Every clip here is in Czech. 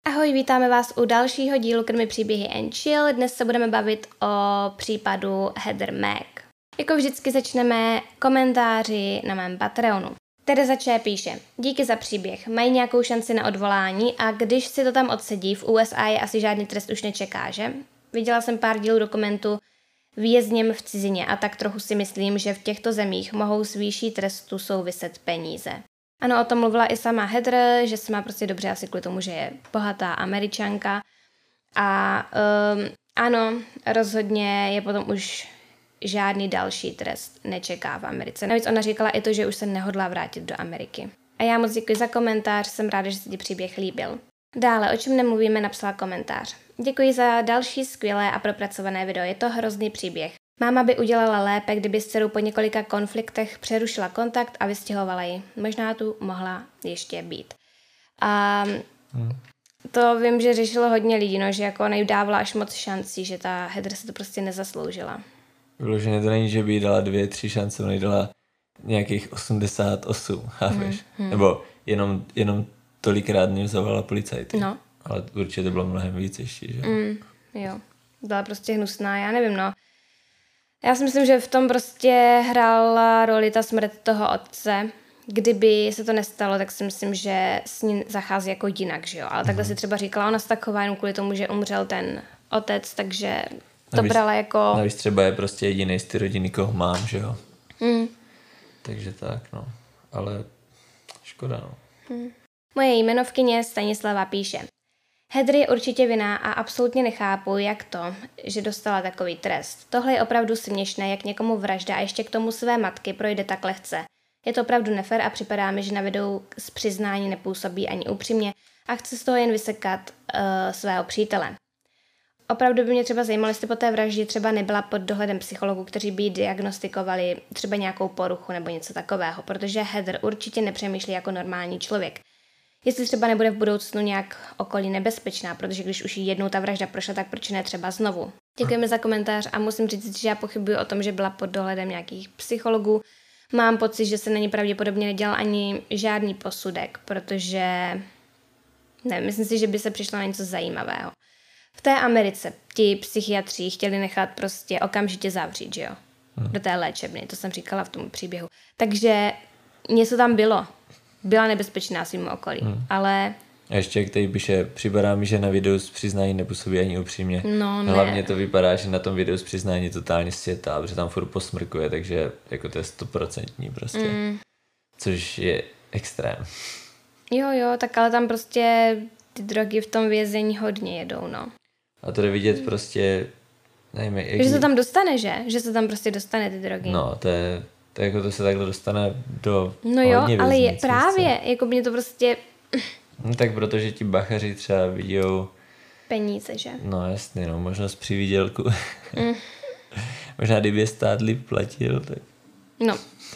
Ahoj, vítáme vás u dalšího dílu Krmi příběhy and Chill. Dnes se budeme bavit o případu Heather Mac. Jako vždycky začneme komentáři na mém Patreonu. Tereza Č. píše: díky za příběh, mají nějakou šanci na odvolání a když si to tam odsedí, v USA je asi žádný trest už nečeká, že? Viděla jsem pár dílů dokumentu Vězněm v cizině a tak trochu si myslím, že v těchto zemích mohou s výší trestu souviset peníze. Ano, o tom mluvila i sama Heather, že se má prostě dobře asi kvůli tomu, že je bohatá Američanka. A ano, rozhodně je potom už žádný další trest nečeká v Americe. Navíc ona říkala i to, že už se nehodlá vrátit do Ameriky. A já moc děkuji za komentář, jsem ráda, že se ti příběh líbil. Dále, o čem nemluvíme, napsala komentář. Děkuji za další skvělé a propracované video, je to hrozný příběh. Máma by udělala lépe, kdyby s dcerou po několika konfliktech přerušila kontakt a vystěhovala ji. Možná tu mohla ještě být. A to vím, že řešilo hodně lidí, no, že jako ona jí dávala až moc šancí, že ta Heather se to prostě nezasloužila. Vyloženě to není, že by jí dala 2-3 šance, ona jí dala nějakých 88, chápeš? Nebo jenom tolikrát mě zavolala policajty. No. Ale určitě to bylo mnohem víc ještě, že? Jo, byla prostě hnusná, já nevím, no. Já si myslím, že v tom prostě hrála roli ta smrt toho otce. Kdyby se to nestalo, tak si myslím, že s ní zachází jako jinak, že jo. Ale takhle si třeba říkala, ona se tak chová jenom kvůli tomu, že umřel ten otec, takže to brala jako... Navíc třeba je prostě jediný z ty rodiny, koho mám, že jo. Takže tak, no. Ale škoda, no. Moje jmenovkyně Stanislava píše: Heather je určitě vinná a absolutně nechápu, jak to, že dostala takový trest. Tohle je opravdu směšné, jak někomu vražda a ještě k tomu své matky projde tak lehce. Je to opravdu nefér a připadá mi, že na videu z přiznání nepůsobí ani upřímně a chce z toho jen vysekat svého přítele. Opravdu by mě třeba zajímalo, jestli po té vraždě třeba nebyla pod dohledem psychologů, kteří by diagnostikovali třeba nějakou poruchu nebo něco takového, protože Heather určitě nepřemýšlí jako normální člověk. Jestli třeba nebude v budoucnu nějak okolí nebezpečná, protože když už jednou ta vražda prošla, tak proč ne třeba znovu. Děkujeme za komentář a musím říct, že já pochybuji o tom, že byla pod dohledem nějakých psychologů. Mám pocit, že se na ní pravděpodobně nedělal ani žádný posudek, protože nevím, myslím si, že by se přišlo na něco zajímavého. V té Americe ti psychiatři chtěli nechat prostě okamžitě zavřít, že jo? Do té léčebny, to jsem říkala v tom příběhu. Takže něco tam bylo. Byla nebezpečná svým okolí, ale... A ještě jak tady píše, připadá mi, že na videu z přiznání nepůsobí ani upřímně. No, ne. Hlavně to vypadá, že na tom videu z přiznání totálně světá, protože tam furt posmrkuje, takže jako to je 100% prostě. Což je extrém. Jo, tak ale tam prostě ty drogy v tom vězení hodně jedou, no. A to jde vidět prostě, nevím, jak... Že se tam dostane, že? Že se tam prostě dostane ty drogy. No, to je jako to se takhle dostane do no jo, hodně ale věznic, právě, jako mě to prostě... No tak protože ti bachaři třeba vidíjou... Peníze, že? No jasně, no, možnost při výdělku. Možná kdyby je stát líp platil, tak... No.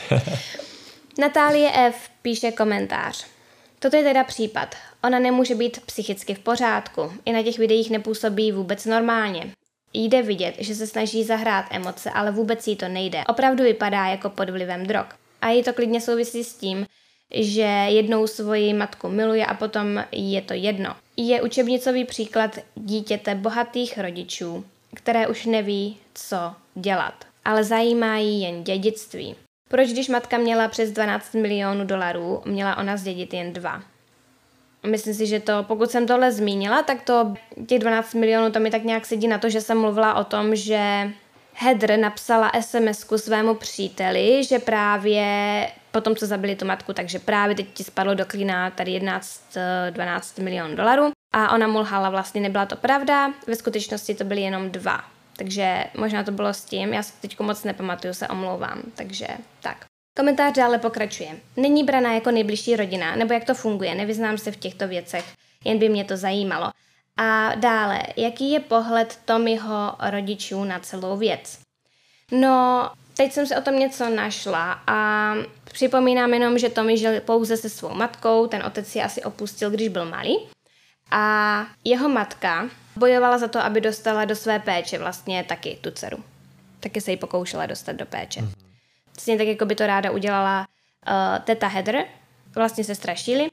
Natálie F. píše komentář. Toto je teda případ. Ona nemůže být psychicky v pořádku. I na těch videích nepůsobí vůbec normálně. Jde vidět, že se snaží zahrát emoce, ale vůbec jí to nejde. Opravdu vypadá jako pod vlivem drog. A jí to klidně souvisí s tím, že jednou svoji matku miluje a potom je to jedno. Je učebnicový příklad dítěte bohatých rodičů, které už neví, co dělat, ale zajímá jí jen dědictví. Proč, když matka měla přes 12 milionů dolarů, měla ona zdědit jen 2? Myslím si, že to, pokud jsem tohle zmínila, tak to těch 12 milionů to mi tak nějak sedí na to, že jsem mluvila o tom, že Heather napsala SMS-ku svému příteli, že právě potom, co zabili tu matku, takže právě teď ti spadlo do klína tady 12 milionů dolarů a ona mu lhala, vlastně nebyla to pravda, ve skutečnosti to byly jenom 2. Takže možná to bylo s tím, já si teď moc nepamatuju, se omlouvám, takže tak. Komentář dále pokračuje. Není braná jako nejbližší rodina, nebo jak to funguje, nevyznám se v těchto věcech, jen by mě to zajímalo. A dále, jaký je pohled Tommyho rodičů na celou věc? No, teď jsem si o tom něco našla a připomínám jenom, že Tommy žil pouze se svou matkou, ten otec je asi opustil, když byl malý. A jeho matka bojovala za to, aby dostala do své péče vlastně taky tu dceru. Taky se ji pokoušela dostat do péče. Stejně tak, jako by to ráda udělala teta Heather, vlastně se strašili.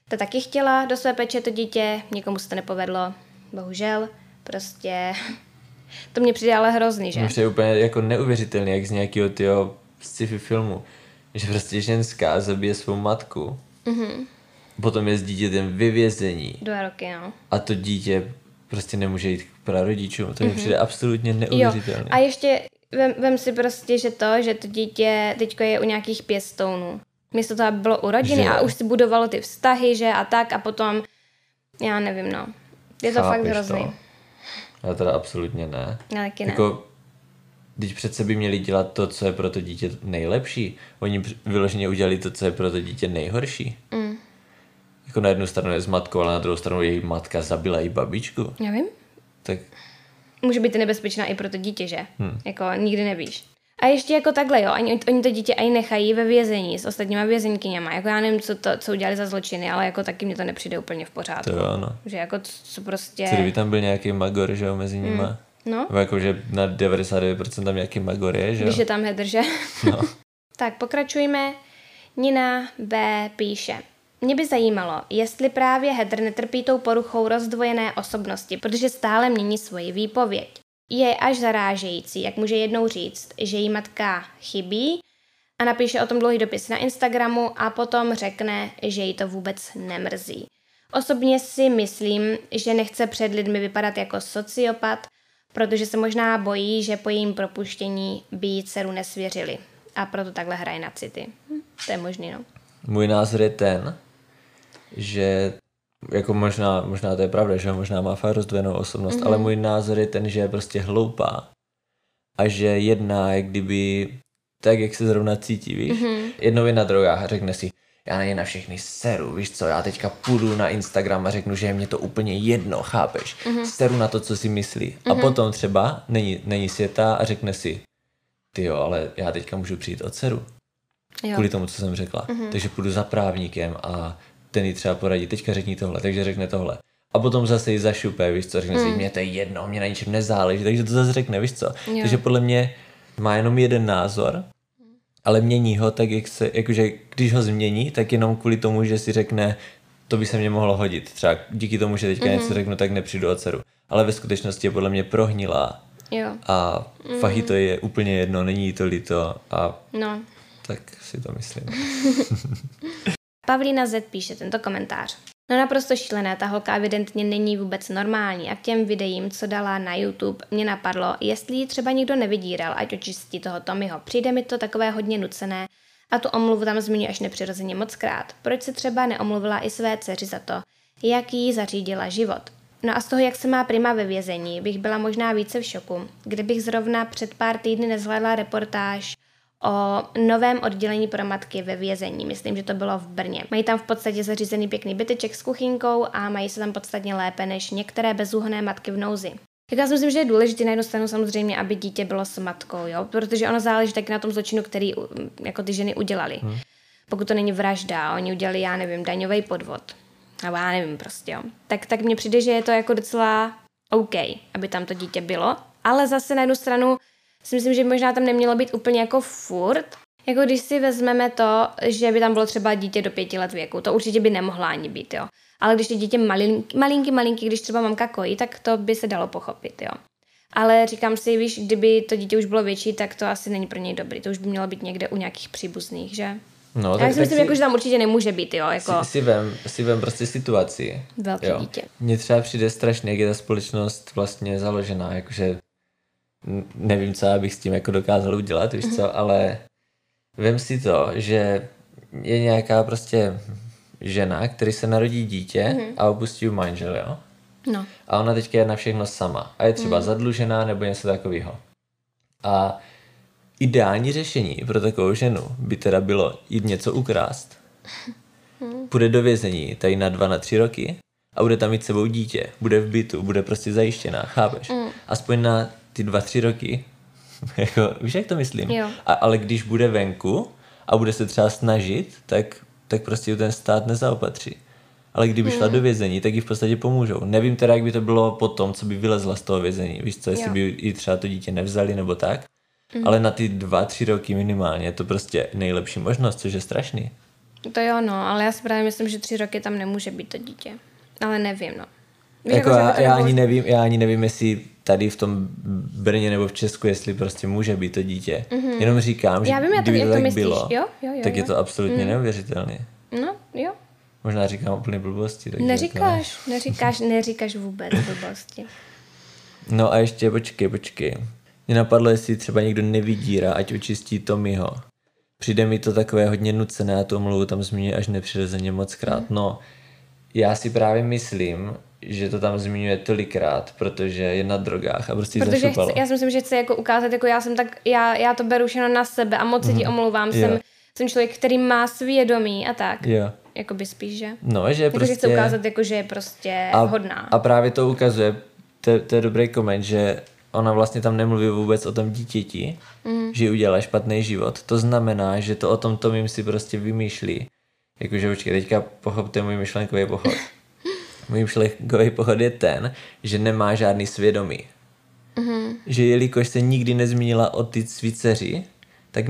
Ta taky chtěla do své péče to dítě, někomu se to nepovedlo, bohužel, prostě to mě přijde ale hrozný, že? Mně přijde úplně jako neuvěřitelný, jak z nějakého tyho sci-fi filmu, že prostě ženská zabije svou matku, potom je s dítětem ve vězení 2 roky, no. a to dítě prostě nemůže jít k prarodičům. To mi přijde absolutně neuvěřitelné. A ještě vem si prostě, že to dítě teďko je u nějakých pěstounů. Místo toho, aby bylo u rodiny že? A už si budovalo ty vztahy, že a tak a potom, já nevím, no. Je to fakt hrozný. To? Já teda absolutně ne. Já taky ne. Jako, teď přece by měli dělat to, co je pro to dítě nejlepší. Oni vyloženě udělali to, co je pro to dítě nejhorší. Jako na jednu stranu je s matkou, ale na druhou stranu její matka zabila i babičku. Já vím. Tak Může být nebezpečná i pro to dítě, že? Jako nikdy nevíš. A ještě jako takhle, jo, oni to dítě ani nechají ve vězení s ostatníma vězeňkyněma. Jako já nevím, co udělali za zločiny, ale jako taky mně to nepřijde úplně v pořádku. to jo, ano. Že jako co prostě... Co kdyby tam byl nějaký magor, že jo, mezi nima? No. Nebo jako, že na 99% tam nějaký magor je, že jo? Když je tam hedr, že? No. Tak pokračujeme. Nina B. píše. Mě by zajímalo, jestli právě Heather netrpí tou poruchou rozdvojené osobnosti, protože stále mění svoji výpověď. Je až zarážející, jak může jednou říct, že jí matka chybí a napíše o tom dlouhý dopis na Instagramu a potom řekne, že jí to vůbec nemrzí. Osobně si myslím, že nechce před lidmi vypadat jako sociopat, protože se možná bojí, že po jejím propuštění by jí dceru nesvěřili. A proto takhle hraje na city. To je možný, no. Můj názor je ten, že jako možná to je pravda, že možná má fakt rozdvojenou osobnost, ale můj názor je ten, že je prostě hloupá a že jedná, jak kdyby tak, jak se zrovna cítí, víš. Jednou je na drogách a řekne si, já na ně na všechny seru, víš co, já teďka půjdu na Instagram a řeknu, že je mě to úplně jedno, chápeš, seru na to, co si myslí. A potom třeba není světa a řekne si, tyjo, ale já teďka můžu přijít od dceru. Kvůli tomu, co jsem řekla. Takže půjdu za právníkem a ten jí třeba poradí, teďka řekni tohle, takže řekne tohle. A potom zase jí zašupe, víš co, řekne si, mě to je jedno, mě na ničem nezáleží, takže to zase řekne, víš co. Jo. Takže podle mě má jenom jeden názor, ale mění ho tak, jakože když ho změní, tak jenom kvůli tomu, že si řekne, to by se mě mohlo hodit. Třeba díky tomu, že teďka něco řeknu, tak nepřijdu od dceru. Ale ve skutečnosti je podle mě prohnilá. Jo. A fakt jí to je úplně jedno, není jí to líto a tak si to myslím. Pavlína Z píše tento komentář. No naprosto šílené, ta holka evidentně není vůbec normální a k těm videím, co dala na YouTube, mě napadlo, jestli ji třeba nikdo nevydíral, ať očistí toho Tommyho. Přijde mi to takové hodně nucené a tu omluvu tam zmiňuje až nepřirozeně mockrát. Proč se třeba neomluvila i své dceři za to, jak jí zařídila život? No a z toho, jak se má prima ve vězení, bych byla možná více v šoku, kdybych zrovna před pár týdny nezhlédla reportáž o novém oddělení pro matky ve vězení. Myslím, že to bylo v Brně. Mají tam v podstatě zařízený pěkný byteček s kuchynkou a mají se tam podstatně lépe než některé bezúhonné matky v nouzi. Tak já si myslím, že je důležité na jednu stranu samozřejmě, aby dítě bylo s matkou, jo? Protože ono záleží taky na tom zločinu, který jako ty ženy udělali. Pokud to není vražda, oni udělali, já nevím, daňový podvod. Nebo já nevím prostě, jo. Tak mně přijde, že je to jako docela OK, aby tam to dítě bylo. Ale zase na jednu stranu si myslím, že možná tam nemělo být úplně jako furt. Jako když si vezmeme to, že by tam bylo třeba dítě do 5 let věku, to určitě by nemohla ani být, jo. Ale když je dítě malinký, když třeba mamka kojí, tak to by se dalo pochopit, jo. Ale říkám si, víš, kdyby to dítě už bylo větší, tak to asi není pro něj dobrý. To už by mělo být někde u nějakých příbuzných, že? No, já si myslím, jako, že tam určitě nemůže být, jo. Jako... Si vem prostě situaci. Velké dítě. Mně třeba přijde strašně, jak je ta společnost vlastně založená, jakože nevím, co já bych s tím jako dokázal udělat, víš co, ale vem si to, že je nějaká prostě žena, který se narodí dítě a opustí manžel, jo? No. A ona teďka je na všechno sama. A je třeba zadlužená nebo něco takového. A ideální řešení pro takovou ženu by teda bylo jít něco ukrást. Půjde do vězení tady na 2-3 roky a bude tam mít sebou dítě. Bude v bytu, bude prostě zajištěná, chápeš? Aspoň na ty 2-3 roky. Jako, víš, jak to myslím? Jo. Ale když bude venku a bude se třeba snažit, tak prostě ten stát nezaopatří. Ale kdyby šla do vězení, tak jí v podstatě pomůžou. Nevím teda, jak by to bylo potom, co by vylezla z toho vězení. Víš co, jestli by jí třeba to dítě nevzali nebo tak. Ale na ty 2-3 roky minimálně je to prostě nejlepší možnost, což je strašný. To jo, no, ale já si právě myslím, že 3 roky tam nemůže být to dítě. Ale nevím, no. Jako já ani nevím, jestli tady v tom Brně nebo v Česku, jestli prostě může být to dítě. Jenom říkám, že kdyby to tak bylo, tak je to absolutně neuvěřitelné. No, jo. Možná říkám úplně blbosti. Neříkáš vůbec blbosti. No a ještě počkej. Mě napadlo, jestli třeba někdo nevydírá, ať očistí Tommyho. Přijde mi to takové hodně nucené a tu omluvu tam zmiňuje až nepřirozeně mockrát. No, já si právě myslím, že to tam zmiňuje tolikrát, protože je na drogách a prostě zašupalo. Já si myslím, že chci jako ukázat, jako já to beru všechno na sebe a moc se ti omlouvám. Jsem člověk, který má svědomí a tak. Jo. Jakoby spíš, že? No, že jako, prostě... chci ukázat, jako, že je prostě hodná. A právě to ukazuje, to je dobrý koment, že ona vlastně tam nemluví vůbec o tom dítěti, že jí udělala špatný život. To znamená, že to o tom Tommym si prostě vymýšlí. Jakože počkej, teďka pochopte můj myšlenkový pochod. Můj myšlenkový pochod je ten, že nemá žádný svědomí. Že jelikož se nikdy nezmínila o ty svý dceři, tak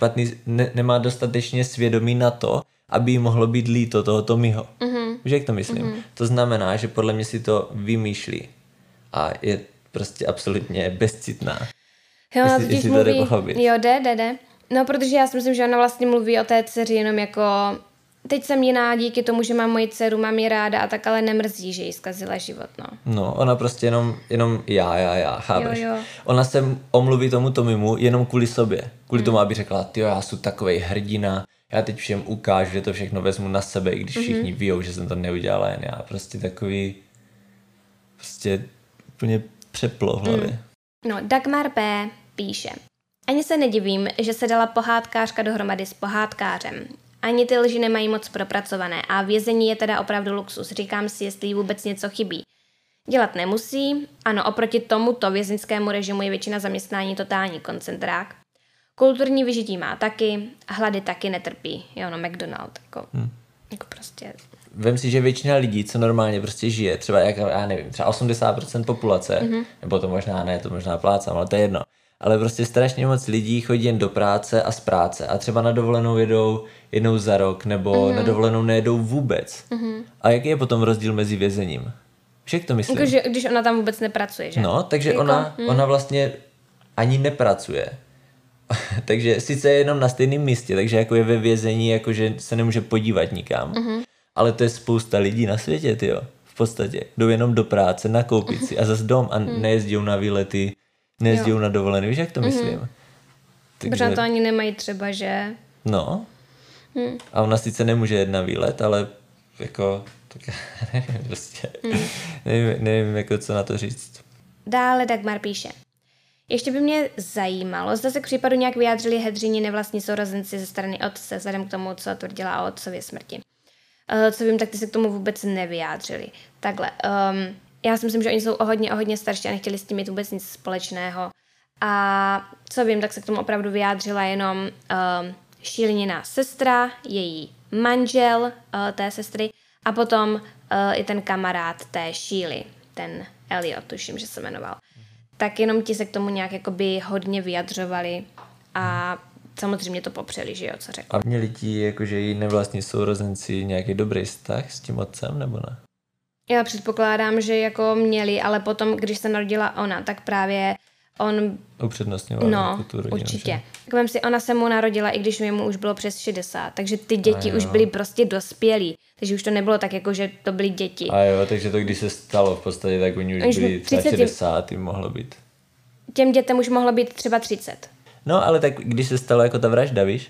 nemá dostatečně svědomí na to, aby jí mohlo být líto toho Tommyho. Víš, jak to myslím? To znamená, že podle mě si to vymýšlí. A je prostě absolutně bezcitná. Jo, jestli to jde pochopit. Jo, jde. No, protože já si myslím, že ona vlastně mluví o té dceři jenom jako teď jsem jiná díky tomu, že mám moji dceru, mám ji ráda a tak, ale nemrzí, že jí zkazila život, no. No, ona prostě jenom já, chápeš? Jo. Ona se omluví tomu Tommymu jenom kvůli sobě. Kvůli tomu, aby řekla, tyjo, já jsem takovej hrdina, já teď všem ukážu, že to všechno vezmu na sebe, i když všichni víjou, že jsem to neudělala jen já. Prostě takový, prostě úplně přeplo v hlavě. No, Dagmar P. píše. Ani se nedivím, že se dala pohádkářka dohromady s pohádkářem. Ani ty lži nemají moc propracované a vězení je teda opravdu luxus. Říkám si, jestli jí vůbec něco chybí. Dělat nemusí. Ano, oproti tomuto vězeňskému režimu je většina zaměstnání totální koncentrák. Kulturní vyžití má taky, hlady taky netrpí. Jo, no, McDonald, jako prostě... Vem si, že většina lidí, co normálně prostě žije, třeba, já nevím, třeba 80% populace, nebo to možná ne, to možná plácám, ale to je jedno. Ale prostě strašně moc lidí chodí jen do práce a z práce a třeba na dovolenou jedou jednou za rok, nebo na dovolenou nejedou vůbec. A jaký je potom rozdíl mezi vězením? Víš, jak to myslím? Jako, když ona tam vůbec nepracuje, že? No, takže jako, ona vlastně ani nepracuje. Takže sice je jenom na stejném místě, takže jako je ve vězení, jakože se nemůže podívat nikam. Ale to je spousta lidí na světě, tyjo. V podstatě. Jdou jenom do práce, nakoupit si a zase dom a nejezdí na výlety, nejezdí na dovolený. Víš, jak to myslím? Protože to ani nemají třeba, že... No. A ona sice nemůže jet na výlet, ale jako... Tak nevím, prostě. Nevím, jako co na to říct. Dále Dagmar píše. Ještě by mě zajímalo, zda se k případu nějak vyjádřili Hedřini nevlastní sourozenci ze strany otce, vzhledem k tomu, co tvrdila o otcově smrti. Co vím, tak ty se k tomu vůbec nevyjádřili. Takhle, já si myslím, že oni jsou o hodně starší a nechtěli s tím mít vůbec nic společného. A co vím, tak se k tomu opravdu vyjádřila jenom Šílenina sestra, její manžel té sestry a potom i ten kamarád té Šíly, ten Elliot, tuším, že se jmenoval. Tak jenom ti se k tomu nějak jakoby hodně vyjadřovali a samozřejmě to popřeli, že jo, co řekl. A měli ti jakože její nevlastní sourozenci nějaký dobrý vztah s tím otcem, nebo ne? Já předpokládám, že jako měli, ale potom, když se narodila ona, tak právě on... Upřednostňoval tu rodinu. Určitě. Takovém si, ona se mu narodila, i když mu už bylo přes 60, takže ty děti už byly prostě dospělí, takže už to nebylo tak, jako že to byly děti. A jo, takže to, když se stalo v podstatě, tak oni už byli třeba 60, jim mohlo být. Těm dětem už mohlo být třeba 30. No, ale tak když se stalo jako ta vražda, víš?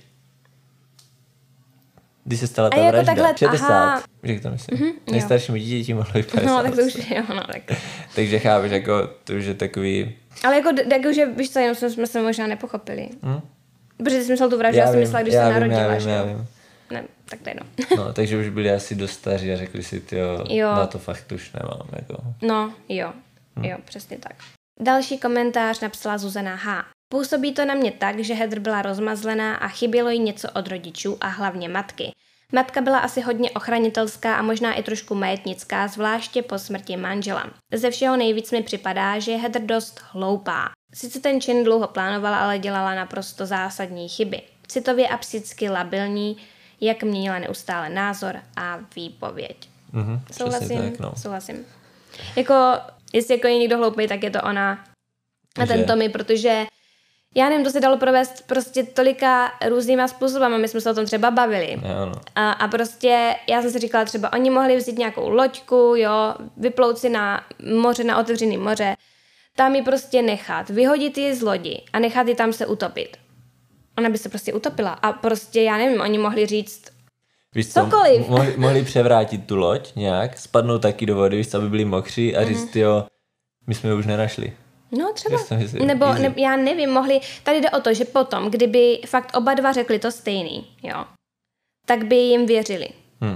Když se stala ta vražda, takhle, 60, jak to myslím? Nejstaršímu dítěti mohlo být 50. No, tak to už jo, no, tak. Takže chápeš, jako to už je takový... Ale jako že, víš co, jenom jsme se možná nepochopili. Protože jsi myslel tu vraždu, já si myslela, když se narodila, že jo? Ne, tak to je no. No, takže už byli asi dost staří a řekli si, na to fakt už nemám, jako. No, jo, přesně tak. Další komentář napsala Zuzana H. Působí to na mě tak, že Heather byla rozmazlená a chybělo jí něco od rodičů a hlavně matky. Matka byla asi hodně ochranitelská a možná i trošku majetnická, zvláště po smrti manžela. Ze všeho nejvíc mi připadá, že je Heather dost hloupá. Sice ten čin dlouho plánovala, ale dělala naprosto zásadní chyby. Citově a psychicky labilní, jak měnila neustále názor a výpověď. Souhlasím, tak, no. souhlasím. Jako, jestli jako je někdo hloupý, tak je to ona a ten Tommy, protože já nevím, to se dalo provést prostě tolika různýma způsobama, my jsme se o tom třeba bavili. No. A prostě já jsem si říkala třeba, oni mohli vzít nějakou loďku, jo, vyplout si na moře, na otevřený moře, tam ji prostě nechat, vyhodit ji z lodi a nechat ji tam se utopit. Ona by se prostě utopila a prostě, já nevím, oni mohli říct víš co, cokoliv. Mohli převrátit tu loď nějak, spadnout taky do vody, víš co, aby byli mokří a říct, jo, my jsme ji už nenašli. No třeba, nebo já nevím, mohli, tady jde o to, že potom, kdyby fakt oba dva řekli to stejný, jo, tak by jim věřili.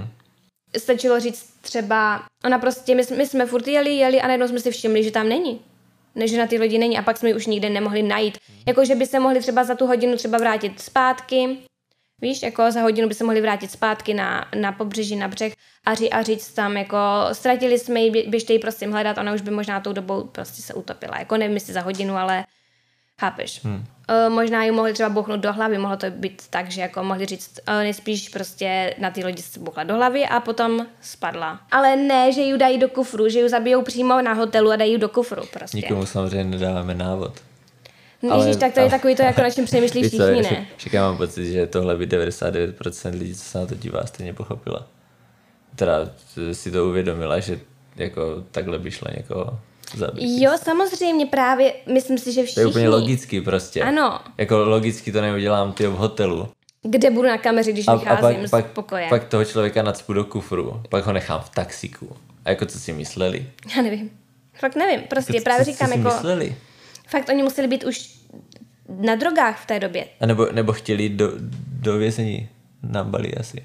Stačilo říct třeba, ona prostě, my jsme furt jeli a najednou jsme si všimli, že tam není. Že na ty lodi není a pak jsme ji už nikde nemohli najít. Jako, že by se mohli třeba za tu hodinu třeba vrátit zpátky, víš, jako za hodinu by se mohli vrátit zpátky na pobřeží, na břeh a říct tam, jako ztratili jsme ji, běžte ji prosím hledat, ona už by možná tou dobou prostě se utopila. Jako nevím, jestli za hodinu, ale chápeš. Možná ji mohli třeba bouchnout do hlavy, mohlo to být tak, že jako mohli říct, nejspíš prostě na té lodi se bouchla do hlavy a potom spadla. Ale ne, že ji dají do kufru, že ji zabijou přímo na hotelu a dají ji do kufru prostě. Nikomu samozřejmě nedáváme návod. Ježíš, tak to je takový to, jako na čem přemýšlí všichni, ne? Však já mám pocit, že tohle by 99% lidí, co se na to dívá, stejně pochopila. Teda si to uvědomila, že jako takhle by šla někoho zabít. Jo, samozřejmě právě, myslím si, že všichni. To je úplně logický prostě. Ano. Jako logicky to neudělám v hotelu. Kde budu na kameře, když vycházím z pokoje. Pak toho člověka nacpu do kufru, pak ho nechám v taxiku. A jako co si mysleli? Já nevím. Fakt nevím, prostě jako, právě říkám co si jako... mysleli? Fakt oni museli být už na drogách v té době. A nebo chtěli jít do vězení na Bali asi.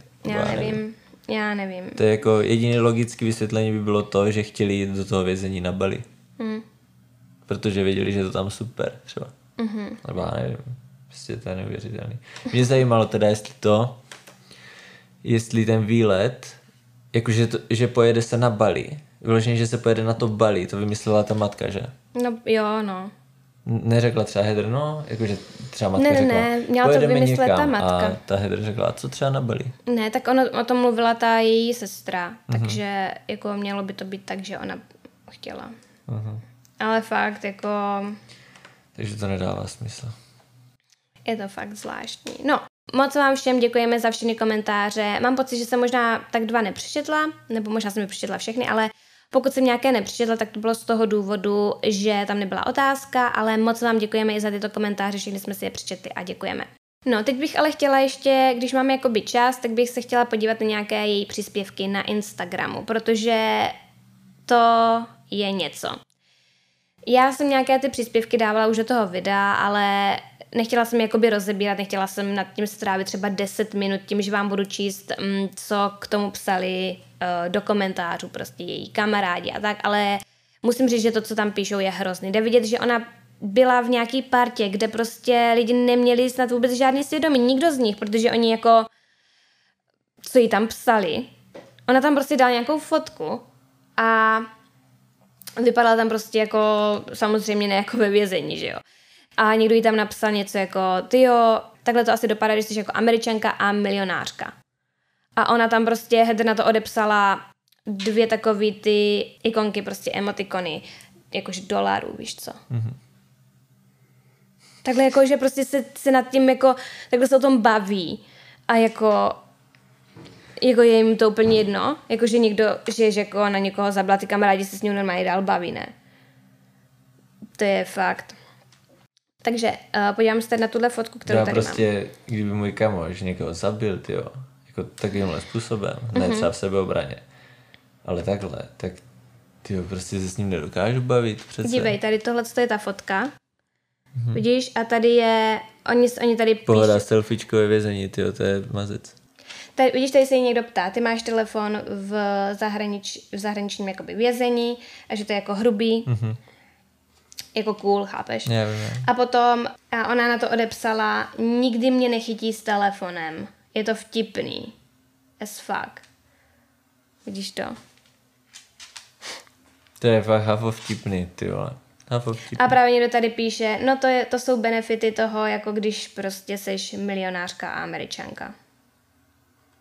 Já nevím. To je jako jediné logické vysvětlení by bylo to, že chtěli jít do toho vězení na Bali. Protože věděli, že je to tam super třeba. Nebo já nevím. Prostě to je neuvěřitelný. Mě zajímalo teda, jestli ten výlet, jakože že pojede se na Bali. Vyloženě, že se pojede na to Bali, to vymyslela ta matka, že? No jo, no. Neřekla třeba Heather, no, jakože třeba matka řekla. Ne, měla to vymyslet ta matka. A ta Heather řekla, co třeba na Bali? Ne, tak o tom mluvila ta její sestra, takže jako mělo by to být tak, že ona chtěla. Ale fakt jako... Takže to nedává smysl. Je to fakt zvláštní. No, moc vám všem děkujeme za všechny komentáře. Mám pocit, že jsem možná tak 2 nepřečetla, nebo možná jsem je přečetla všechny, ale pokud jsem nějaké nepřečetla, tak to bylo z toho důvodu, že tam nebyla otázka, ale moc vám děkujeme i za tyto komentáře, všechny jsme si je přečetli a děkujeme. No, teď bych ale chtěla ještě, když máme jakoby čas, tak bych se chtěla podívat na nějaké její příspěvky na Instagramu, protože to je něco. Já jsem nějaké ty příspěvky dávala už do toho videa, ale nechtěla jsem jakoby rozebírat, nechtěla jsem nad tím strávit třeba 10 minut tím, že vám budu číst, co k tomu psali do komentářů prostě její kamarádi a tak, ale musím říct, že to, co tam píšou, je hrozný. Jde vidět, že ona byla v nějaký partě, kde prostě lidi neměli snad vůbec žádný svědomí, nikdo z nich, protože oni jako, co jí tam psali, ona tam prostě dala nějakou fotku a vypadala tam prostě jako, samozřejmě ne jako ve vězení, že jo. A někdo jí tam napsal něco jako, tyjo, takhle to asi dopadá, když jsi jako Američanka a milionářka. A ona tam prostě, Heather na to odepsala 2 takový ty ikonky, prostě emotikony, jakože dolarů, víš co. Takhle jako, že prostě se nad tím jako, takhle se o tom baví a jako je jim to úplně jedno, jako že někdo, že jako na někoho zabila, ty kamarádi se s ním normálně dál baví, ne? To je fakt. Takže podívám se tady na tuhle fotku, kterou tady prostě, mám. Kdyby můj kamoš někoho zabil, tyjo, jako takovýmhle způsobem, ne třeba v sebeobraně, ale takhle, tak tyjo, prostě se s ním nedokážu bavit přece. Dívej, tady tohle je ta fotka. Vidíš? A tady je, oni tady píší. Pohoda, selfiečko ve vězení, tyjo, to je mazec. Tady, vidíš, tady se jí někdo ptá, ty máš telefon v zahraničním jakoby vězení a že to je jako hrubý, jako cool, chápeš? Já vím. A potom ona na to odepsala, nikdy mě nechytí s telefonem, je to vtipný, as fuck. Vidíš to? To je fakt hafo vtipný, ty vole. A právě někdo tady píše, no to jsou benefity toho, jako když prostě seš milionářka a Američanka.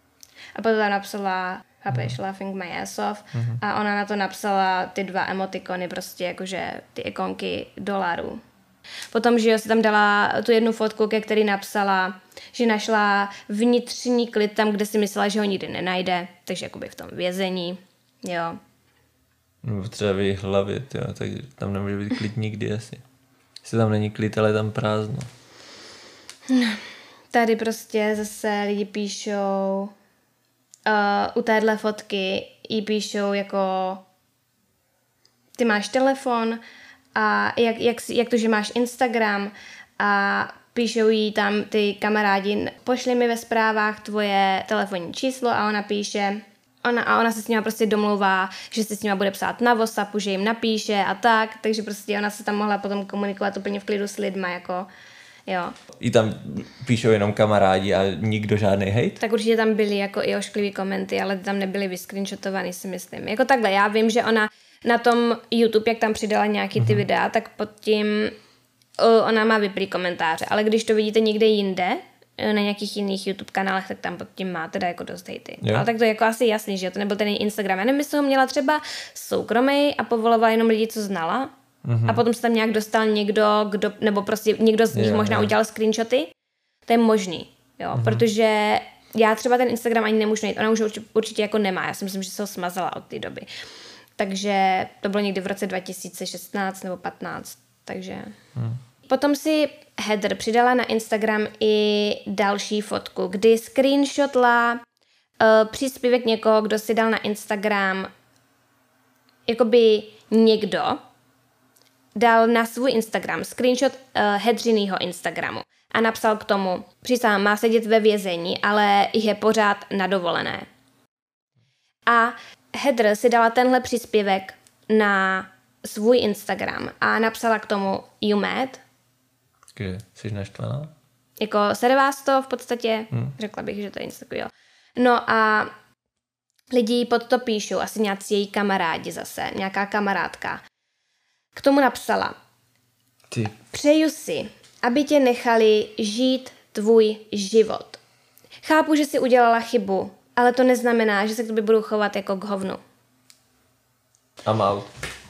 A potom tam napsala, chápeš, laughing my ass off. A ona na to napsala ty 2 emotikony, prostě jakože ty ikonky dolarů. Potom, že jo, si tam dala tu jednu fotku, ke který napsala, že našla vnitřní klid tam, kde si myslela, že ho nikdy nenajde, takže jakoby v tom vězení, jo. No třeba v jejich hlavě, jo, tak tam nemůže být klid nikdy asi. Jestli tam není klid, ale je tam prázdno. Tady prostě zase lidi píšou, u téhle fotky jí píšou jako ty máš telefon a jak to, že máš Instagram a píšou jí tam ty kamarádi, pošli mi ve zprávách tvoje telefonní číslo a ona píše, ona se s nima prostě domlouvá, že se s nima bude psát na WhatsAppu, že jim napíše a tak, takže prostě ona se tam mohla potom komunikovat úplně v klidu s lidma, jako jo. I tam píšou jenom kamarádi a nikdo žádný hejt? Tak určitě tam byly jako i ošklivý komenty, ale tam nebyly vyscreenshotovaný, si myslím. Jako takhle, já vím, že ona na tom YouTube, jak tam přidala nějaký ty videa, tak pod tím ona má vyplý komentáře, ale když to vidíte někde jinde, na nějakých jiných YouTube kanálech, tak tam pod tím má teda jako dost hejty. Ale tak to je jako asi jasný, že to nebyl ten Instagram. Já nevím, jestli ho měla třeba soukromý a povolovala jenom lidi, co znala. A potom se tam nějak dostal někdo, nebo prostě někdo z nich možná udělal screenshoty. To je možný, jo, protože já třeba ten Instagram ani nemůžu najít. Ona už určitě jako nemá. Já si myslím, že se ho smazala od té doby. Takže to bylo někdy v roce 2016 nebo 15. Takže... Potom si Heather přidala na Instagram i další fotku, kdy screenshotla příspěvek někoho, kdo si dal na Instagram, jakoby někdo dal na svůj Instagram screenshot Heatheřinýho Instagramu a napsal k tomu, přísahám, má sedět ve vězení, ale je pořád na dovolené. A Heather si dala tenhle příspěvek na svůj Instagram a napsala k tomu you mad? Kde? Jsi naštvaná? Jako sere vás to v podstatě, řekla bych, že to je něco takového. No a lidi pod to píšou, asi nějací její kamarádi zase, nějaká kamarádka. K tomu napsala, přeju si, aby tě nechali žít tvůj život. Chápu, že jsi udělala chybu, ale to neznamená, že se k tobě budu chovat jako k hovnu. I'm out.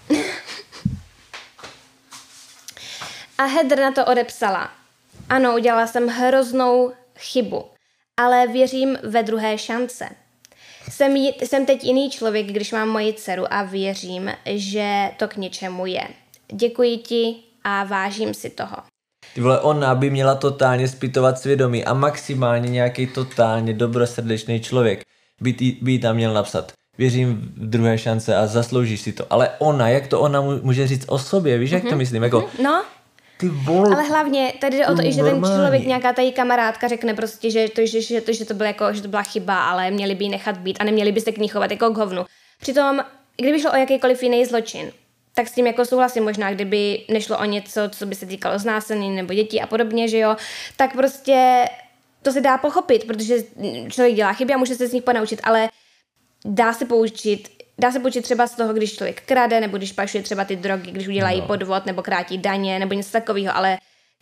A Heather na to odepsala. Ano, udělala jsem hroznou chybu, ale věřím ve druhé šance. Jsem teď jiný člověk, když mám moji dceru a věřím, že to k něčemu je. Děkuji ti a vážím si toho. Ty vole, ona by měla totálně zpytovat svědomí a maximálně nějaký totálně dobrosrdečný člověk by jí tam měl napsat. Věřím v druhé šance a zasloužíš si to. Ale ona, jak to ona může říct o sobě, víš, jak to myslím? Jako, no, ty vole, ale hlavně tady jde o to, že ten člověk, nějaká ta její kamarádka řekne prostě, že to bylo jako, že to byla chyba, ale měli by ji nechat být a neměli by se k ní chovat jako k hovnu. Přitom, kdyby šlo o jakýkoliv jiný zločin, tak s tím jako souhlasím možná, kdyby nešlo o něco, co by se týkalo znásilnění nebo dětí a podobně, že jo, tak prostě to se dá pochopit, protože člověk dělá chyby a může se z nich ponaučit, ale dá se poučit třeba z toho, když člověk krade, nebo když pašuje třeba ty drogy, když udělají podvod, nebo krátí daně, nebo něco takového, ale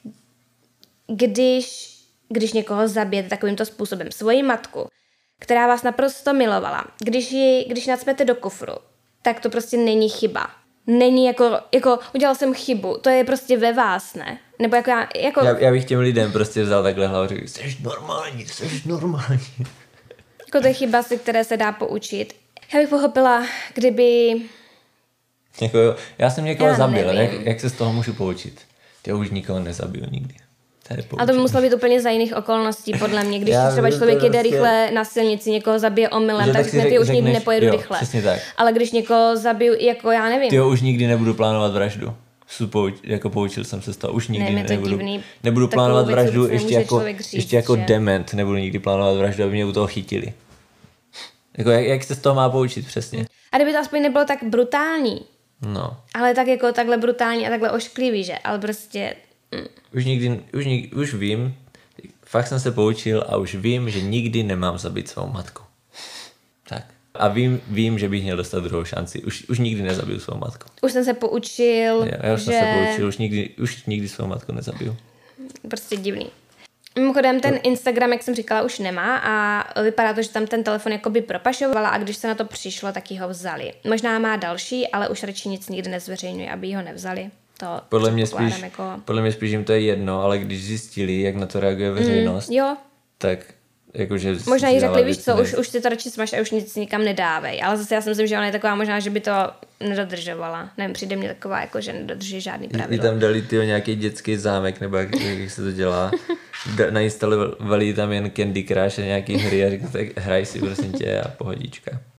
když někoho zabijete takovýmto způsobem, svoji matku, která vás naprosto milovala, když nacpete do kufru, tak to prostě není chyba. Není jako udělal jsem chybu, to je prostě ve vás, ne? Nebo já bych těm lidem prostě vzal takhle hlavu a řekl, jsi normální. Jako to je chyba, z které se dá poučit. Já bych pochopila, kdyby... Jako, já jsem někoho zabil, jak se z toho můžu poučit? Já už nikoho nezabiju nikdy. A to by muselo být úplně za jiných okolností, podle mě. Když třeba člověk jede rychle na silnici, někoho zabije omylem, tak ty už nikdy nepojedu rychle. Tak. Ale když někoho zabiju, jako já nevím. Ty už nikdy nebudu plánovat vraždu. Jako poučil jsem se z toho, už nikdy nebudu plánovat vraždu, ještě jako dement nebudu nikdy plánovat vraždu, aby mě u toho chytili. Jako jak se z toho má poučit přesně. A kdyby to aspoň nebylo tak brutální. No. Ale tak jako takhle brutální a takhle ošklivý, že? Ale prostě... Už vím, fakt jsem se poučil a už vím, že nikdy nemám zabít svou matku. Tak. A vím, že bych měl dostat druhou šanci. Už nikdy nezabiju svou matku. Už jsem se poučil, já už jsem se poučil, už nikdy svou matku nezabiju. Prostě divný. Mimochodem ten Instagram, jak jsem říkala, už nemá a vypadá to, že tam ten telefon jakoby propašovala a když se na to přišlo, tak jí ho vzali. Možná má další, ale už radši nic nikdy nezveřejňuje, aby jí ho nevzali. To podle mě spíš jim to je jedno, ale když zjistili, jak na to reaguje veřejnost, jo. tak jakože... Možná jí řekli, víš co, už si to radši smaž a už nic nikam nedávej. Ale zase já si myslím, že ona je taková možná, že by to nedodržovala. Nevím, přijde mě taková, jako že nedodrží žádný pravidlo. I tam dali nějaký dětský zámek, nebo jak se to dělá. Nainstalovali tam jen Candy Crush a nějaký hry a řekli, tak hraj si prosím tě a pohodička.